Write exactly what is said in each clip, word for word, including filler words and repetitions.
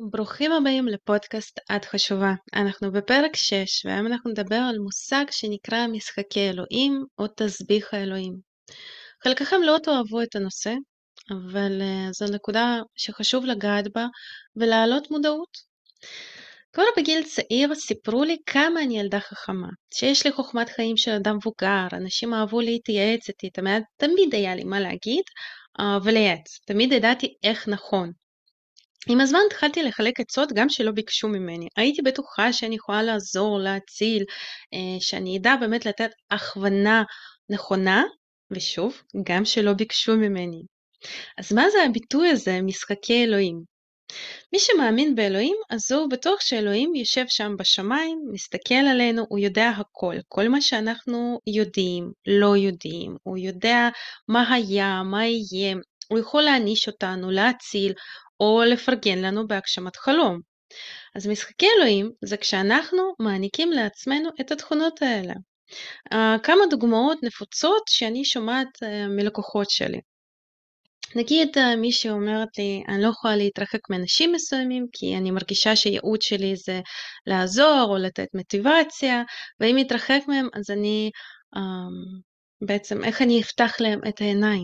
ברוכים הבאים לפודקאסט את חשובה. אנחנו בפרק שש, והיום אנחנו נדבר על מושג שנקרא משחקי אלוהים או תסביך האלוהים. חלקכם לא תאהבו את הנושא, אבל uh, זו נקודה שחשוב לגעת בה ולהעלות מודעות. כבר בגיל צעיר סיפרו לי כמה אני ילדה חכמה, שיש לי חוכמת חיים של אדם מבוגר, אנשים אהבו להתייעץ איתי, תמיד, תמיד היה לי מה להגיד uh, ולייעץ, תמיד ידעתי איך נכון. עם הזמן התחלתי לחלק עצות גם שלא ביקשו ממני. הייתי בטוחה שאני יכולה לעזור, להציל, אה, שאני אדע באמת לתת הכוונה נכונה, ושוב, גם שלא ביקשו ממני. אז מה זה הביטוי הזה, משחקי אלוהים? מי שמאמין באלוהים, אז הוא בטוח שאלוהים יושב שם בשמיים, מסתכל עלינו, הוא יודע הכל. כל מה שאנחנו יודעים, לא יודעים, הוא יודע מה היה, מה יהיה, הוא יכול להעניש אותנו, להציל, או לפרגן לנו בהגשמת חלום. אז משחקי אלוהים זה כשאנחנו מעניקים לעצמנו את התכונות האלה. Uh, כמה דוגמאות נפוצות שאני שומעת uh, מלקוחות שלי. נגיד uh, מישהי אומרת לי, אני לא יכולה להתרחק מאנשים מסוימים, כי אני מרגישה שהייעוד שלי זה לעזור או לתת מוטיבציה, ואם אתרחק מהם אז אני, um, בעצם איך אני אפתח להם את העיניים.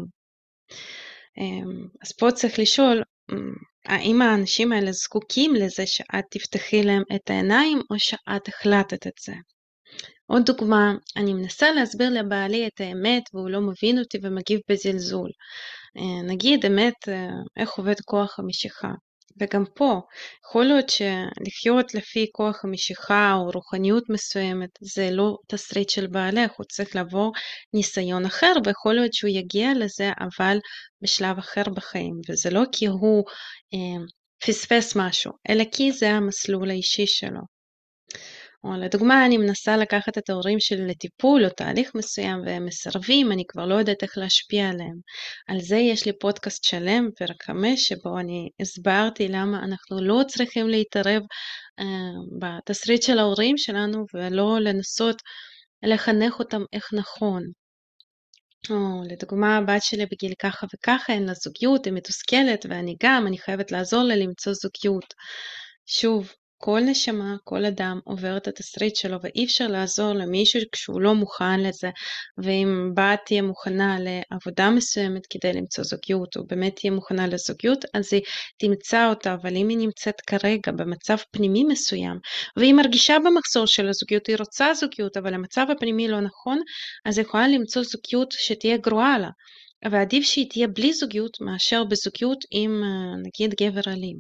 Um, אז פה צריך לשאול, האם האנשים האלה זקוקים לזה שאת תפתחי להם את העיניים, או שאת החלטת את זה? עוד דוגמה, אני מנסה להסביר לבעלי את האמת, והוא לא מבין אותי ומגיב בזלזול. נגיד אמת, איך עובד כוח המשיכה. וגם פה, יכול להיות שלחיות לפי כוח המשיכה או רוחניות מסוימת, זה לא תסריט של בעלך, הוא צריך לעבור ניסיון אחר, ויכול להיות שהוא יגיע לזה, אבל בשלב אחר בחיים, וזה לא כי הוא אה, פספס משהו, אלא כי זה המסלול האישי שלו. או לדוגמה, אני מנסה לקחת את ההורים שלי לטיפול או תהליך מסוים והם מסרבים, אני כבר לא יודעת איך להשפיע עליהם. על זה יש לי פודקאסט שלם, פרק חמש, שבו אני הסברתי למה אנחנו לא צריכים להתערב uh, בתסריט של ההורים שלנו, ולא לנסות לחנך אותם איך נכון. או לדוגמה, הבת שלי בגיל ככה וככה, אין לה זוגיות, היא מתוסכלת, ואני גם, אני חייבת לעזור לה למצוא זוגיות. שוב, כל נשמה, כל אדם עובר את התסריט שלו, ואי אפשר לעזור למישהו כשהוא לא מוכן לזה, ואם בת תהיה מוכנה לעבודה מסוימת כדי למצוא זוגיות, או באמת תהיה מוכנה לזוגיות, אז היא תמצא אותה, אבל אם היא נמצאת כרגע במצב פנימי מסוים, והיא מרגישה במחסור של הזוגיות, היא רוצה זוגיות, אבל המצב הפנימי לא נכון, אז היא יכולה למצוא זוגיות שתהיה גרועה לה, ועדיף שהיא תהיה בלי זוגיות, מאשר בזוגיות עם נגיד גבר אלים.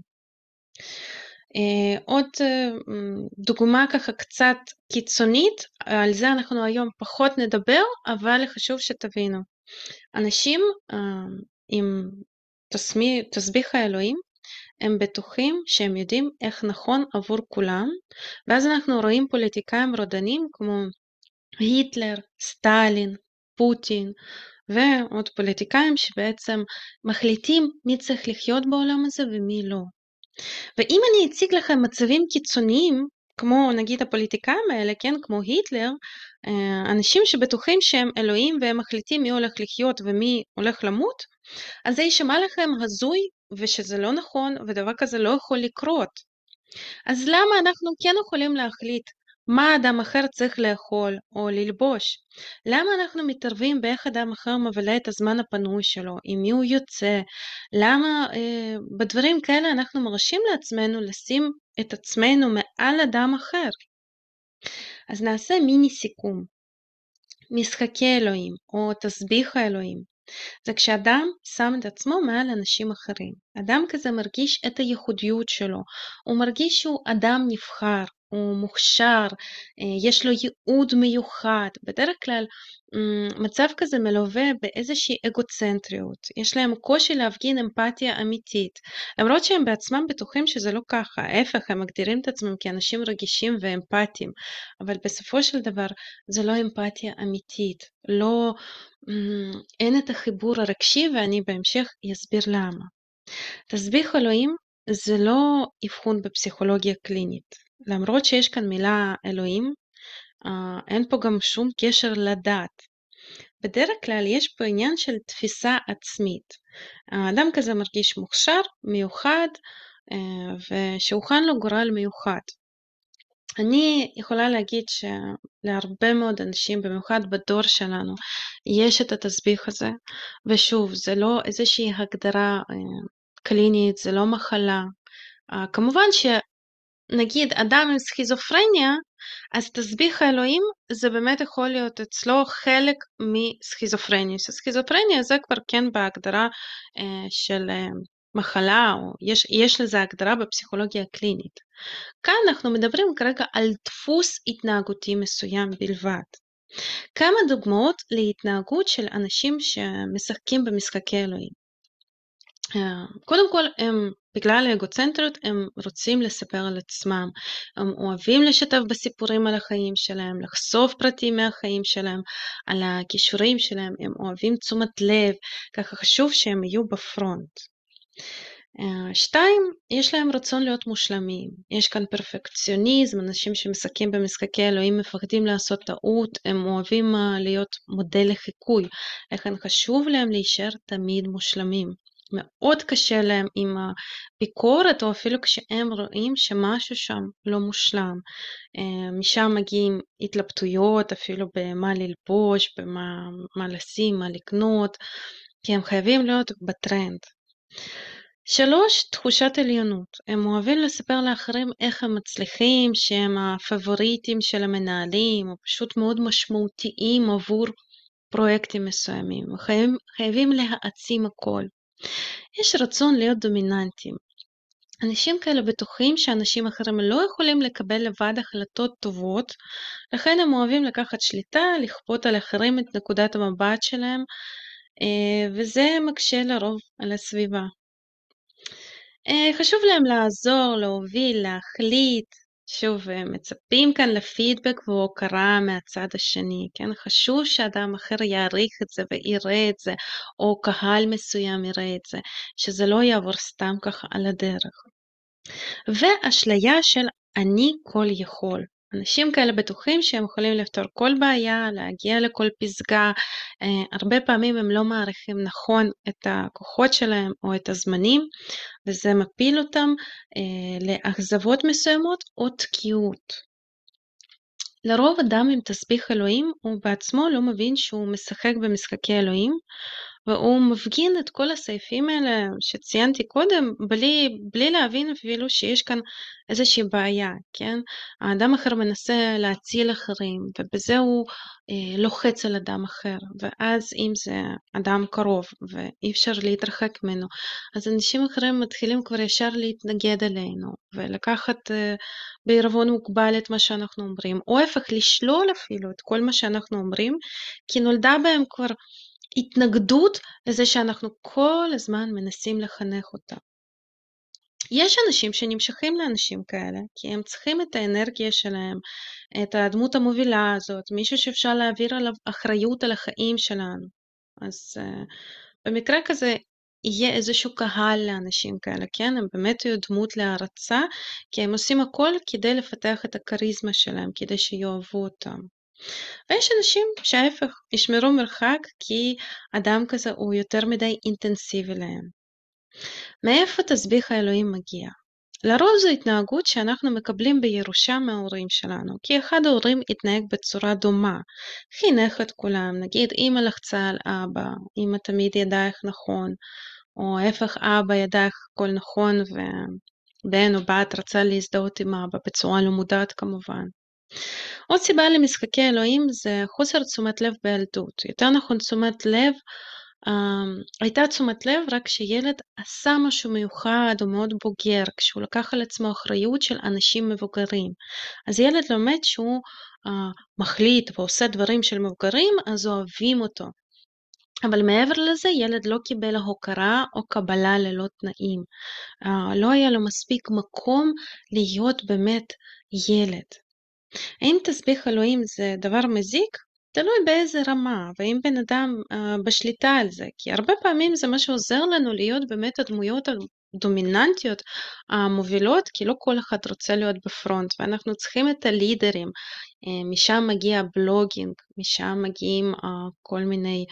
Uh, עוד uh, דוגמה ככה קצת קיצונית, על זה אנחנו היום פחות נדבר, אבל חשוב שתבינו. אנשים uh, עם תסמי, תסביך האלוהים, הם בטוחים שהם יודעים איך נכון עבור כולם, ואז אנחנו רואים פוליטיקאים רודנים כמו היטלר, סטלין, פוטין, ועוד פוליטיקאים שבעצם מחליטים מי צריך לחיות בעולם הזה ומי לא. ואם אני אציג לכם מצבים קיצוניים, כמו נגיד הפוליטיקאים האלה, כן, כמו היטלר, אנשים שבטוחים שהם אלוהים והם מחליטים מי הולך לחיות ומי הולך למות, אז זה יישמע לכם הזוי ושזה לא נכון ודבר כזה לא יכול לקרות. אז למה אנחנו כן יכולים להחליט מה אדם אחר צריך לאכול או ללבוש? למה אנחנו מתערבים באיך אדם אחר מבלה את הזמן הפנוי שלו, עם מי הוא יוצא? למה אה, בדברים כאלה אנחנו מרשים לעצמנו לשים את עצמנו מעל אדם אחר? אז נעשה מיני סיכום. משחקי אלוהים או תסביך האלוהים. זה כשאדם שם את עצמו מעל אנשים אחרים. אדם כזה מרגיש את הייחודיות שלו, הוא מרגיש שהוא אדם נבחר, הוא מוכשר, יש לו ייעוד מיוחד. בדרך כלל מצב כזה מלווה באיזושהי אגוצנטריות, יש להם קושי להפגין אמפתיה אמיתית, למרות שהם בעצמם בטוחים שזה לא ככה, ההפך, הם מגדירים את עצמם כאנשים רגישים ואמפתיים, אבל בסופו של דבר זה לא אמפתיה אמיתית, לא, אין את החיבור הרגשי, ואני בהמשך אסביר למה. תסביך אלוהים זה לא אבחון בפסיכולוגיה קלינית, למרות שיש כאן מילה אלוהים, אין פה גם שום קשר לדת. בדרך כלל יש פה עניין של תפיסה עצמית. האדם כזה מרגיש מוכשר, מיוחד, אה, ושהוכן לו גורל מיוחד. אני יכולה להגיד שלהרבה מאוד אנשים, במיוחד בדור שלנו, יש את התסביך הזה, ושוב, זה לא איזושהי הגדרה אה, קלינית, זה לא מחלה. אה, כמובן שנגיד אדם עם סכיזופרניה, אז תסביך האלוהים זה באמת יכול להיות אצלו חלק מסכיזופרניה. סכיזופרניה זה כבר כן בהגדרה אה, של אה, מחלה, או יש, יש לזה הגדרה בפסיכולוגיה הקלינית. כאן אנחנו מדברים כרגע על דפוס התנהגותי מסוים בלבד. כמה דוגמאות להתנהגות של אנשים שמשחקים במשחקי אלוהים. קודם כל, הם, בגלל האגוצנטריות, הם רוצים לספר על עצמם. הם אוהבים לשתף בסיפורים על החיים שלהם, לחשוף פרטים מהחיים שלהם, על הכישורים שלהם, הם אוהבים תשומת לב, ככה חשוב שהם יהיו בפרונט. שתיים, יש להם רצון להיות מושלמים. יש כאן פרפקציוניזם, אנשים שמשחקים במשחקי אלוהים מפחדים לעשות טעות, הם אוהבים להיות מודל לחיקוי, לכן חשוב להם להישאר תמיד מושלמים. מאוד קשה להם עם הביקורת, או אפילו כשהם רואים שמשהו שם לא מושלם. משם מגיעים התלבטויות, אפילו במה ללבוש, במה מה לשים, מה לקנות, כי הם חייבים להיות בטרנד. שלוש, תחושת עליונות. הם אוהבים לספר לאחרים איך הם מצליחים, שהם הפבוריטים של המנהלים, או פשוט מאוד משמעותיים עבור פרויקטים מסוימים. חייבים, חייבים להעצים הכל. יש רצון להיות דומיננטים. אנשים כאלה בטוחים שאנשים אחרים לא יכולים לקבל לבד החלטות טובות, לכן הם אוהבים לקחת שליטה, לכפות על אחרים את נקודת המבט שלהם, וזה מקשה לרוב על הסביבה. חשוב להם לעזור, להוביל, להחליט. שוב, מצפים כאן לפידבק והוקרה מהצד השני, כן? חשוב שאדם אחר יעריך את זה ויראה את זה, או קהל מסוים יראה את זה, שזה לא יעבור סתם ככה על הדרך. ואשליה של אני כל יכול. אנשים כאלה בטוחים שהם יכולים לפתור כל בעיה, להגיע לכל פסגה, הרבה פעמים הם לא מעריכים נכון את הכוחות שלהם או את הזמנים, וזה מפיל אותם לאכזבות מסוימות או תקיעות. לרוב אדם עם תסביך אלוהים הוא בעצמו לא מבין שהוא משחק במשחקי אלוהים, והוא מפגין את כל הסעיפים האלה שציינתי קודם, בלי, בלי להבין אפילו שיש כאן איזושהי בעיה, כן? האדם אחר מנסה להציל אחרים, ובזה הוא אה, לוחץ על אדם אחר, ואז אם זה אדם קרוב, ואי אפשר להתרחק ממנו, אז אנשים אחרים מתחילים כבר ישר להתנגד אלינו, ולקחת אה, בערבון מוגבל את מה שאנחנו אומרים, או הפך לשלול אפילו את כל מה שאנחנו אומרים, כי נולדה בהם כבר התנגדות לזה שאנחנו כל הזמן מנסים לחנך אותה. יש אנשים שנמשכים לאנשים כאלה, כי הם צריכים את האנרגיה שלהם, את הדמות המובילה הזאת, מישהו שאפשר להעביר עליו אחריות על החיים שלנו. אז uh, במקרה כזה יהיה איזשהו קהל לאנשים כאלה, כן? הם באמת יהיו דמות להערצה, כי הם עושים הכל כדי לפתח את הכריזמה שלהם, כדי שיאהבו אותם. ויש אנשים שההפך, ישמרו מרחק כי אדם כזה הוא יותר מדי אינטנסיבי להם. מאיפה תסביך האלוהים מגיע? לרוב זו התנהגות שאנחנו מקבלים בירושה מההורים שלנו, כי אחד ההורים התנהג בצורה דומה, חינך את כולם, נגיד אמא לחצה על אבא, אמא תמיד ידעה איך נכון, או ההפך אבא ידע איך הכל נכון, ובן או בת רצה להזדהות עם אבא בצורה לא מודעת כמובן. עוד סיבה למשחקי אלוהים זה חוסר תשומת לב בילדות. יותר נכון, תשומת לב, אה, הייתה תשומת לב רק כשילד עשה משהו מיוחד או מאוד בוגר, כשהוא לקח על עצמו אחריות של אנשים מבוגרים. אז ילד לומד שהוא אה, מחליט ועושה דברים של מבוגרים, אז אוהבים אותו. אבל מעבר לזה, ילד לא קיבל הוקרה או קבלה ללא תנאים. אה, לא היה לו מספיק מקום להיות באמת ילד. האם תסביך אלוהים זה דבר מזיק? תלוי באיזה רמה, ואם בן אדם uh, בשליטה על זה, כי הרבה פעמים זה מה שעוזר לנו להיות באמת הדמויות הדומיננטיות המובילות, כי לא כל אחד רוצה להיות בפרונט, ואנחנו צריכים את הלידרים, uh, משם מגיע בלוגינג, משם מגיעים uh, כל מיני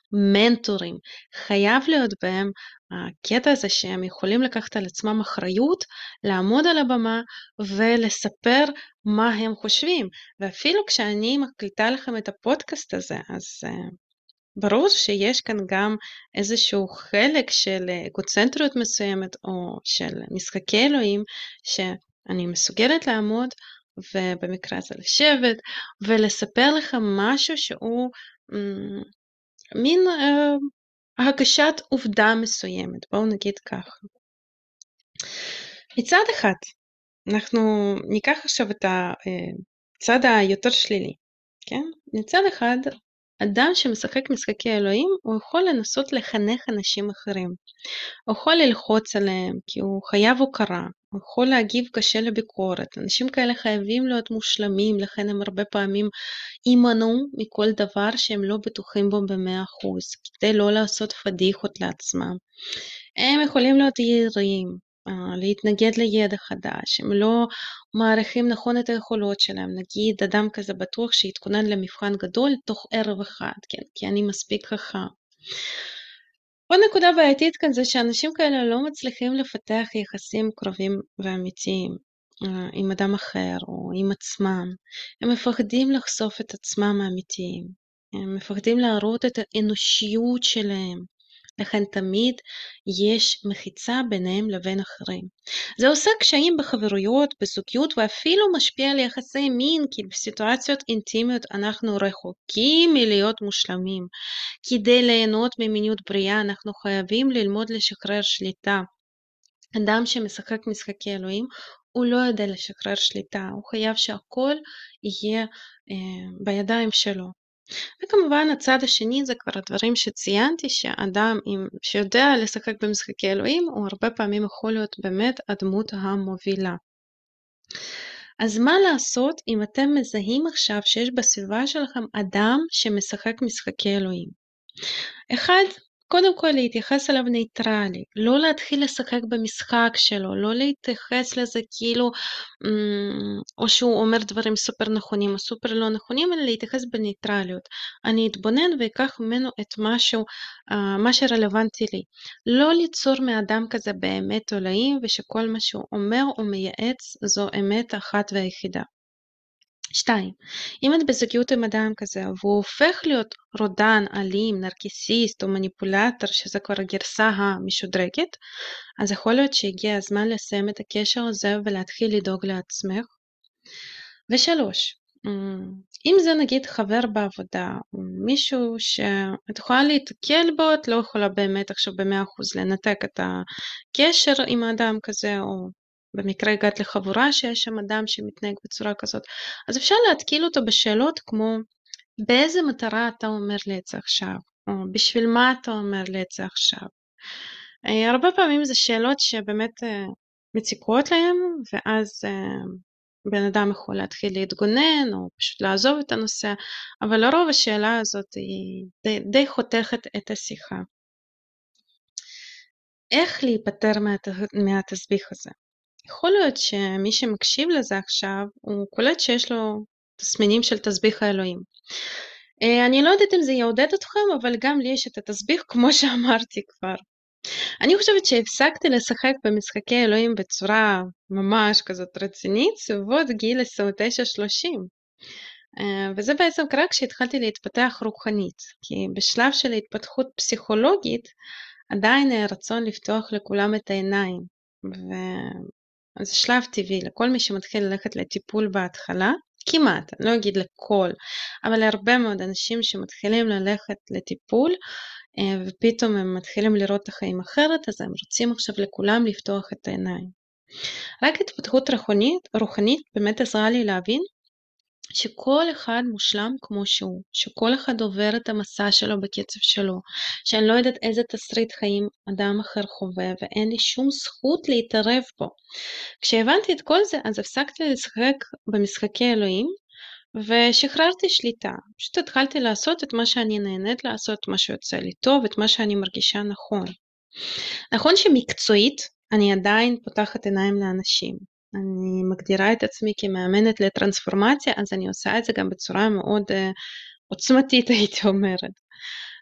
מנטורים. חייב להיות בהם הקטע הזה שהם יכולים לקחת על עצמם אחריות, לעמוד על הבמה ולספר מה הם חושבים. ואפילו כשאני מקליטה לכם את הפודקאסט הזה, אז uh, ברור שיש כאן גם איזשהו חלק של אגוצנטריות מסוימת, או של משחקי אלוהים, שאני מסוגלת לעמוד, ובמקרה הזה לשבת, ולספר לכם משהו שהוא מ, מין uh, הגשת עובדה מסוימת, בואו נגיד ככה. מצד אחד, אנחנו ניקח עכשיו את הצד היותר שלילי, כן? מצד אחד, אדם שמשחק משחקי אלוהים, הוא יכול לנסות לחנך אנשים אחרים. הוא יכול ללחוץ עליהם, כי הוא חייב הוקרה. הוא יכול להגיב קשה לביקורת. אנשים כאלה חייבים להיות מושלמים, לכן הם הרבה פעמים יימנעו מכל דבר שהם לא בטוחים בו במאה אחוז, כדי לא לעשות פדיחות לעצמם. הם יכולים להיות יעילים, להתנגד לידע חדש, הם לא מעריכים נכון את היכולות שלהם, נגיד אדם כזה בטוח שיתכונן למבחן גדול תוך ערב אחד, כן, כי אני מספיק חכם. עוד נקודה בעייתית כאן זה שאנשים כאלה לא מצליחים לפתח יחסים קרובים ואמיתיים עם אדם אחר או עם עצמם, הם מפחדים לחשוף את עצמם האמיתיים, הם מפחדים להראות את האנושיות שלהם, לכן תמיד יש מחיצה ביניהם לבין אחרים. זה עושה קשיים בחברויות, בזוגיות, ואפילו משפיע על יחסי מין, כי בסיטואציות אינטימיות אנחנו רחוקים מלהיות מושלמים. כדי ליהנות ממיניות בריאה אנחנו חייבים ללמוד לשחרר שליטה. אדם שמשחק משחקי אלוהים, הוא לא יודע לשחרר שליטה, הוא חייב שהכל יהיה אה, בידיים שלו. וכמובן הצד השני זה כבר הדברים שציינתי, שאדם עם, שיודע לשחק במשחקי אלוהים, הוא הרבה פעמים יכול להיות באמת הדמות המובילה. אז מה לעשות אם אתם מזהים עכשיו שיש בסביבה שלכם אדם שמשחק משחקי אלוהים? אחד, קודם כל להתייחס אליו ניטרלי, לא להתחיל לשחק במשחק שלו, לא להתייחס לזה כאילו, או שהוא אומר דברים סופר נכונים או סופר לא נכונים, אלא להתייחס בניטרליות. אני אתבונן ויקח ממנו את משהו, מה שרלוונטי לי. לא ליצור מאדם כזה באמת אלוהים, ושכל מה שהוא אומר או מייעץ זו אמת אחת והיחידה. שתיים, אם את בזוגיות עם אדם כזה והוא הופך להיות רודן, אלים, נרקיסיסט או מניפולטור, שזה כבר הגרסה המשודרגת, אז יכול להיות שהגיע הזמן לסיים את הקשר הזה ולהתחיל לדאוג לעצמך. ושלוש, אם זה נגיד חבר בעבודה, או מישהו שאת יכולה להתקל בו, את לא יכולה באמת עכשיו במאה אחוז לנתק את הקשר עם האדם כזה, או במקרה הגעת לחבורה שיש שם אדם שמתנהג בצורה כזאת, אז אפשר להתקיל אותו בשאלות כמו, באיזה מטרה אתה אומר לי את זה עכשיו? או בשביל מה אתה אומר לי את זה עכשיו? הרבה פעמים זה שאלות שבאמת מציקות להם, ואז בן אדם יכול להתחיל להתגונן, או פשוט לעזוב את הנושא, אבל לרוב השאלה הזאת היא די, די חותכת את השיחה. איך להיפטר מהתסביך הזה? יכול להיות שמי שמקשיב לזה עכשיו, הוא קולט שיש לו תסמינים של תסביך האלוהים. אני לא יודעת אם זה יעודד אתכם, אבל גם לי יש את התסביך כמו שאמרתי כבר. אני חושבת שהפסקתי לשחק במשחקי אלוהים בצורה ממש כזאת רצינית, סביבות גיל עשרים ותשע שלושים. וזה בעצם קרה כשהתחלתי להתפתח רוחנית, כי בשלב של ההתפתחות פסיכולוגית, עדיין היה רצון לפתוח לכולם את העיניים. וזה שלב טבעי, לכל מי שמתחיל ללכת לטיפול בהתחלה, כמעט, אני לא אגיד לכל, אבל להרבה מאוד אנשים שמתחילים ללכת לטיפול, ופתאום הם מתחילים לראות את החיים אחרת, אז הם רוצים עכשיו לכולם לפתוח את העיניים. רק התפתחות רוחנית, רוחנית באמת עזרה לי להבין שכל אחד מושלם כמו שהוא, שכל אחד עובר את המסע שלו בקצב שלו, שאני לא יודעת איזה תסריט חיים אדם אחר חווה, ואין לי שום זכות להתערב בו. כשהבנתי את כל זה, אז הפסקתי לשחק במשחקי אלוהים, ושחררתי שליטה. פשוט התחלתי לעשות את מה שאני נהנית לעשות, מה שיוצא לי טוב, את מה שאני מרגישה נכון. נכון שמקצועית אני עדיין פותחת עיניים לאנשים. אני מגדירה את עצמי כמאמנת לטרנספורמציה, אז אני עושה את זה גם בצורה מאוד uh, עוצמתית, הייתי אומרת.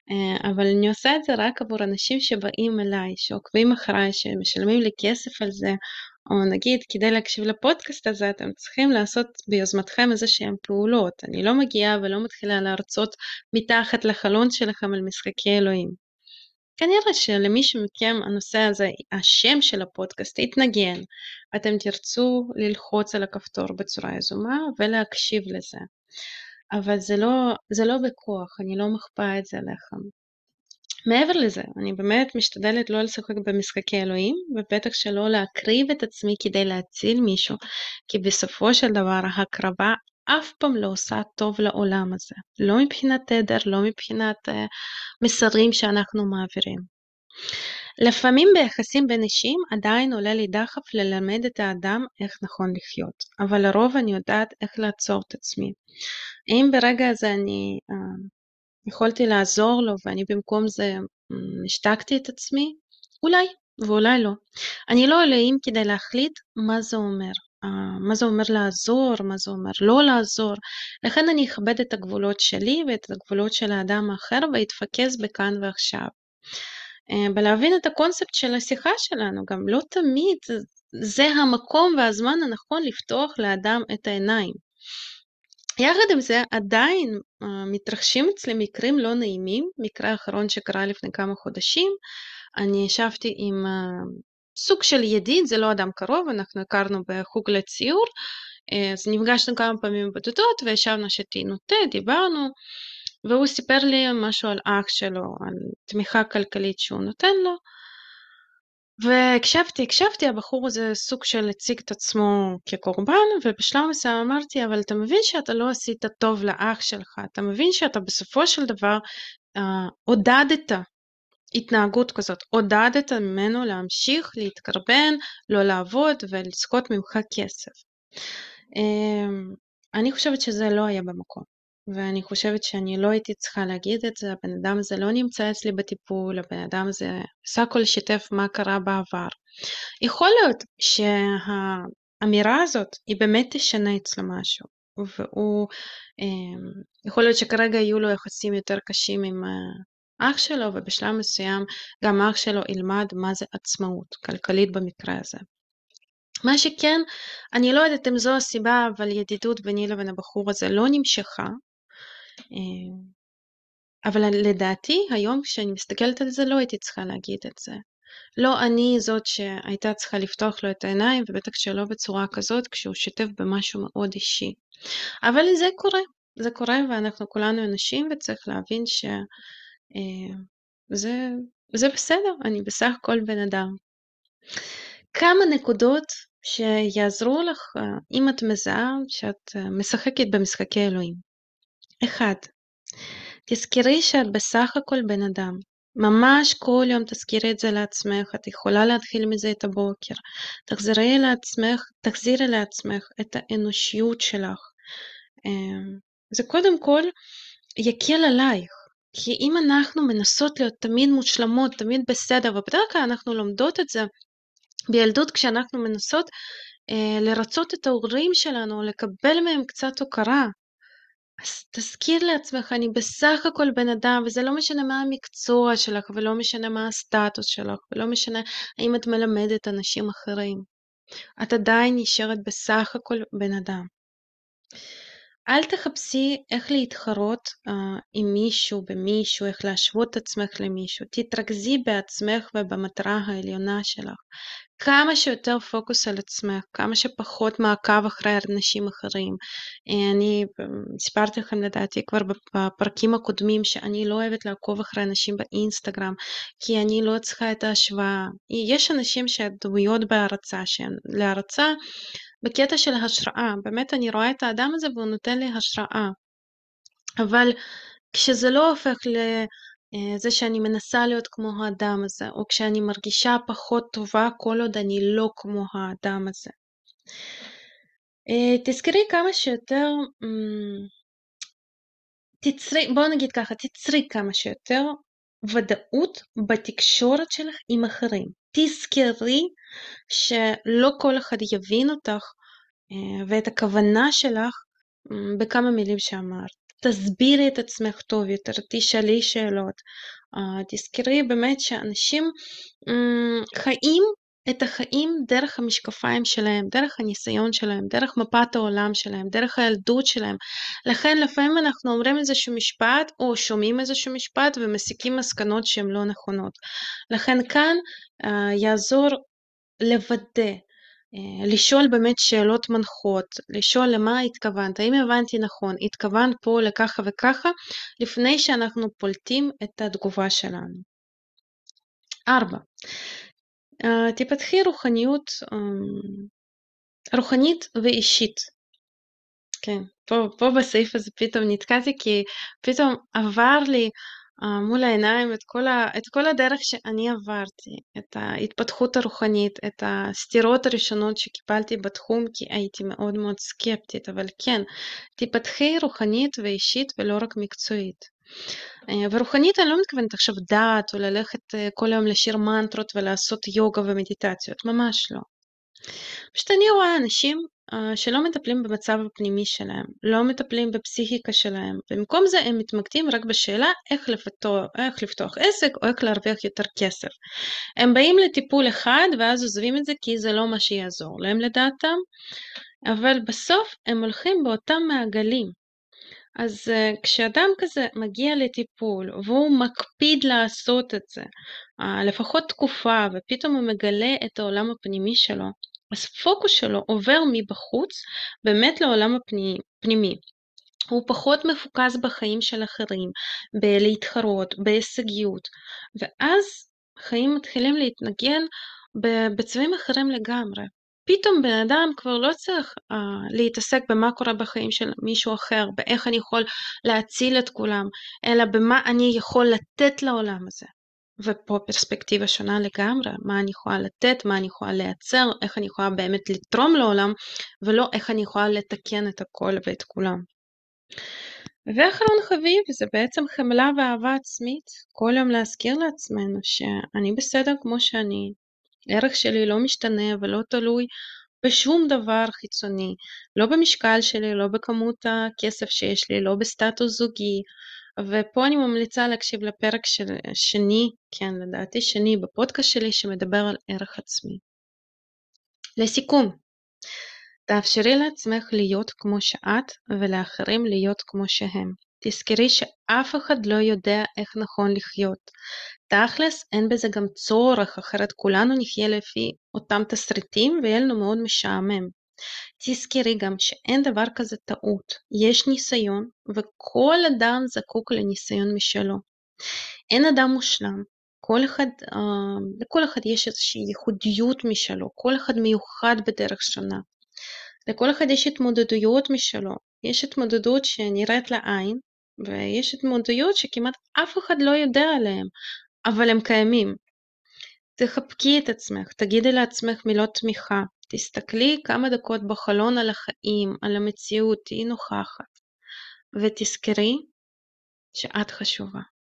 אה, אבל אני עושה את זה רק עבור אנשים שבאים אליי, שעוקבים אחריי, שמשלמים לי כסף על זה, או נגיד, כדי להקשיב לפודקאסט הזה, אתם צריכים לעשות ביוזמתכם איזה שהם פעולות. אני לא מגיעה ולא מתחילה להרצות מתחת לחלון שלכם על משחקי אלוהים. כנראה שלמישהו מכם הנושא הזה, השם של הפודקאסט יתנגן, אתם תרצו ללחוץ על הכפתור בצורה יזומה ולהקשיב לזה. אבל זה לא, זה לא בכוח, אני לא מכפה את זה עליכם. מעבר לזה, אני באמת משתדלת לא לשחק במשחקי אלוהים, ובטח שלא להקריב את עצמי כדי להציל מישהו, כי בסופו של דבר ההקרבה אף פעם לא עושה טוב לעולם הזה. לא מבחינת תדר, לא מבחינת uh, מסרים שאנחנו מעבירים. לפעמים ביחסים בין אישים עדיין עולה לי דחף ללמד את האדם איך נכון לחיות, אבל לרוב אני יודעת איך לעצור את עצמי. אם ברגע הזה אני uh, יכולתי לעזור לו ואני במקום זה השתקתי את עצמי, אולי ואולי לא. אני לא אלוהים כדי להחליט מה זה אומר, מה זה אומר לעזור, מה זה אומר לא לעזור. לכן אני אכבד את הגבולות שלי ואת הגבולות של האדם האחר ואתפקס בכאן ועכשיו. בלהבין את הקונספט של השיחה שלנו, גם לא תמיד זה המקום והזמן הנכון לפתוח לאדם את העיניים. יחד עם זה עדיין uh, מתרחשים אצלי מקרים לא נעימים. מקרה האחרון שקרה לפני כמה חודשים, אני ישבתי עם uh, סוג של ידיד, זה לא אדם קרוב, אנחנו הכרנו בחוג לציור, uh, אז נפגשנו כמה פעמים בודדות וישבנו שתינו תה, דיברנו, והוא סיפר לי משהו על אח שלו, על תמיכה כלכלית שהוא נותן לו, והקשבתי, הקשבתי, הבחור הזה סוג של הציג את עצמו כקורבן, ובשלב מסוים אמרתי, אבל אתה מבין שאתה לא עשית טוב לאח שלך, אתה מבין שאתה בסופו של דבר אה, עודדת התנהגות כזאת, עודדת ממנו להמשיך, להתקרבן, לא לעבוד ולזכות ממך כסף. אה, אני חושבת שזה לא היה במקום. ואני חושבת שאני לא הייתי צריכה להגיד את זה, הבן אדם הזה לא נמצא אצלי בטיפול, הבן אדם הזה בסך הכל שיתף מה קרה בעבר. יכול להיות שהאמירה הזאת היא באמת תשנה אצלו משהו, והוא, יכול להיות שכרגע יהיו לו יחסים יותר קשים עם אח שלו, ובשלב מסוים גם אח שלו ילמד מה זה עצמאות, כלכלית במקרה הזה. מה שכן, אני לא יודעת אם זו הסיבה, אבל ידידות ביני לבין הבחור הזה לא נמשכה, אבל לדעתי היום כשאני מסתכלת על זה לא הייתי צריכה להגיד את זה. לא אני זאת שהייתה צריכה לפתוח לו את העיניים, ובטח שלא בצורה כזאת כשהוא שיתף במשהו מאוד אישי. אבל זה קורה, זה קורה ואנחנו כולנו אנשים וצריך להבין שזה זה בסדר, אני בסך הכל בן אדם. כמה נקודות שיעזרו לך אם את מזהה שאת משחקת במשחקי אלוהים. אחד, תזכרי שאת בסך הכל בן אדם. ממש כל יום תזכירי את זה לעצמך, את יכולה להתחיל מזה את הבוקר. תחזירי לעצמך, תחזירי לעצמך את האנושיות שלך. זה קודם כל יקל עלייך. כי אם אנחנו מנסות להיות תמיד מושלמות, תמיד בסדר, ובדרך כלל אנחנו לומדות את זה בילדות כשאנחנו מנסות אה, לרצות את ההורים שלנו, לקבל מהם קצת הוקרה. אז תזכיר לעצמך, אני בסך הכל בן אדם, וזה לא משנה מה המקצוע שלך, ולא משנה מה הסטטוס שלך, ולא משנה האם את מלמדת אנשים אחרים. את עדיין נשארת בסך הכל בן אדם. אל תחפשי איך להתחרות uh, עם מישהו, במישהו, איך להשוות את עצמך למישהו. תתרכזי בעצמך ובמטרה העליונה שלך. כמה שיותר פוקוס על עצמך, כמה שפחות מעקב אחרי אנשים אחרים. אני הסברתי לכם לדעתי כבר בפרקים הקודמים שאני לא אוהבת לעקוב אחרי אנשים באינסטגרם, כי אני לא צריכה את ההשוואה. יש אנשים שהדמויות בהרצאה, שהן להרצאה בקטע של השראה. באמת אני רואה את האדם הזה והוא נותן לי השראה. אבל כשזה לא הופך לזה שאני מנסה להיות כמו האדם הזה, או כשאני מרגישה פחות טובה כל עוד אני לא כמו האדם הזה. תזכרי כמה שיותר, תצרי, בואו נגיד ככה, תצרי כמה שיותר ודאות בתקשורת שלך עם אחרים. תזכרי שלא כל אחד יבין אותך ואת הכוונה שלך בכמה מילים שאמרת. תסבירי את עצמך טוב יותר, תשאלי שאלות. Uh, תזכרי באמת שאנשים um, חיים את החיים דרך המשקפיים שלהם, דרך הניסיון שלהם, דרך מפת העולם שלהם, דרך הילדות שלהם. לכן לפעמים אנחנו אומרים איזשהו משפט או שומעים איזשהו משפט ומסיקים מסקנות שהן לא נכונות. לכן כאן uh, יעזור לוודא, לשאול באמת שאלות מנחות, לשאול למה התכוונת, האם הבנתי נכון, התכוונת פה לככה וככה, לפני שאנחנו פולטים את התגובה שלנו. ארבע, תפתחי רוחניות, רוחנית ואישית. כן, פה, פה בסעיף הזה פתאום נתקעתי, כי פתאום עבר לי מול העיניים את כל, ה, את כל הדרך שאני עברתי, את ההתפתחות הרוחנית, את הסתירות הראשונות שקיבלתי בתחום, כי הייתי מאוד מאוד סקפטית, אבל כן, תפתחי רוחנית ואישית ולא רק מקצועית. ורוחנית אני לא מתכוונת עכשיו דעת, או ללכת כל היום לשיר מנטרות ולעשות יוגה ומדיטציות, ממש לא. פשוט אני רואה אנשים uh, שלא מטפלים במצב הפנימי שלהם, לא מטפלים בפסיכיקה שלהם, במקום זה הם מתמקדים רק בשאלה איך לפתוח, איך לפתוח עסק או איך להרוויח יותר כסף. הם באים לטיפול אחד ואז עוזבים את זה כי זה לא מה שיעזור להם לדעתם, אבל בסוף הם הולכים באותם מעגלים. אז uh, כשאדם כזה מגיע לטיפול והוא מקפיד לעשות את זה, uh, לפחות תקופה, ופתאום הוא מגלה את העולם הפנימי שלו, אז פוקוס שלו עובר מבחוץ באמת לעולם הפנימי. הוא פחות מפוקס בחיים של אחרים, בלהתחרות, בהישגיות, ואז חיים מתחילים להתנגן בצבעים אחרים לגמרי. פתאום בן אדם כבר לא צריך uh, להתעסק במה קורה בחיים של מישהו אחר, באיך אני יכול להציל את כולם, אלא במה אני יכול לתת לעולם הזה. ופה פרספקטיבה שונה לגמרי, מה אני יכולה לתת, מה אני יכולה לייצר, איך אני יכולה באמת לתרום לעולם, ולא איך אני יכולה לתקן את הכל ואת כולם. ואחרון חביב, זה בעצם חמלה ואהבה עצמית, כל יום להזכיר לעצמנו שאני בסדר כמו שאני, הערך שלי לא משתנה ולא תלוי בשום דבר חיצוני, לא במשקל שלי, לא בכמות הכסף שיש לי, לא בסטטוס זוגי, ופה אני ממליצה להקשיב לפרק של, שני, כן לדעתי שני בפודקאסט שלי שמדבר על ערך עצמי. לסיכום, תאפשרי לעצמך להיות כמו שאת ולאחרים להיות כמו שהם. תזכרי שאף אחד לא יודע איך נכון לחיות. תכלס אין בזה גם צורך, אחרת כולנו נחיה לפי אותם תסריטים ויהיה לנו מאוד משעמם. תזכרי גם שאין דבר כזה טעות, יש ניסיון וכל אדם זקוק לניסיון משלו. אין אדם מושלם, כל אחד, אה, לכל אחד יש איזושהי ייחודיות משלו, כל אחד מיוחד בדרך שונה. לכל אחד יש התמודדויות משלו, יש התמודדות שנראית לעין, ויש התמודדויות שכמעט אף אחד לא יודע עליהן, אבל הם קיימים. תחבקי את עצמך, תגידי לעצמך מילות תמיכה, תסתכלי כמה דקות בחלון על החיים, על המציאות, תהי נוכחת, ותזכרי שאת חשובה.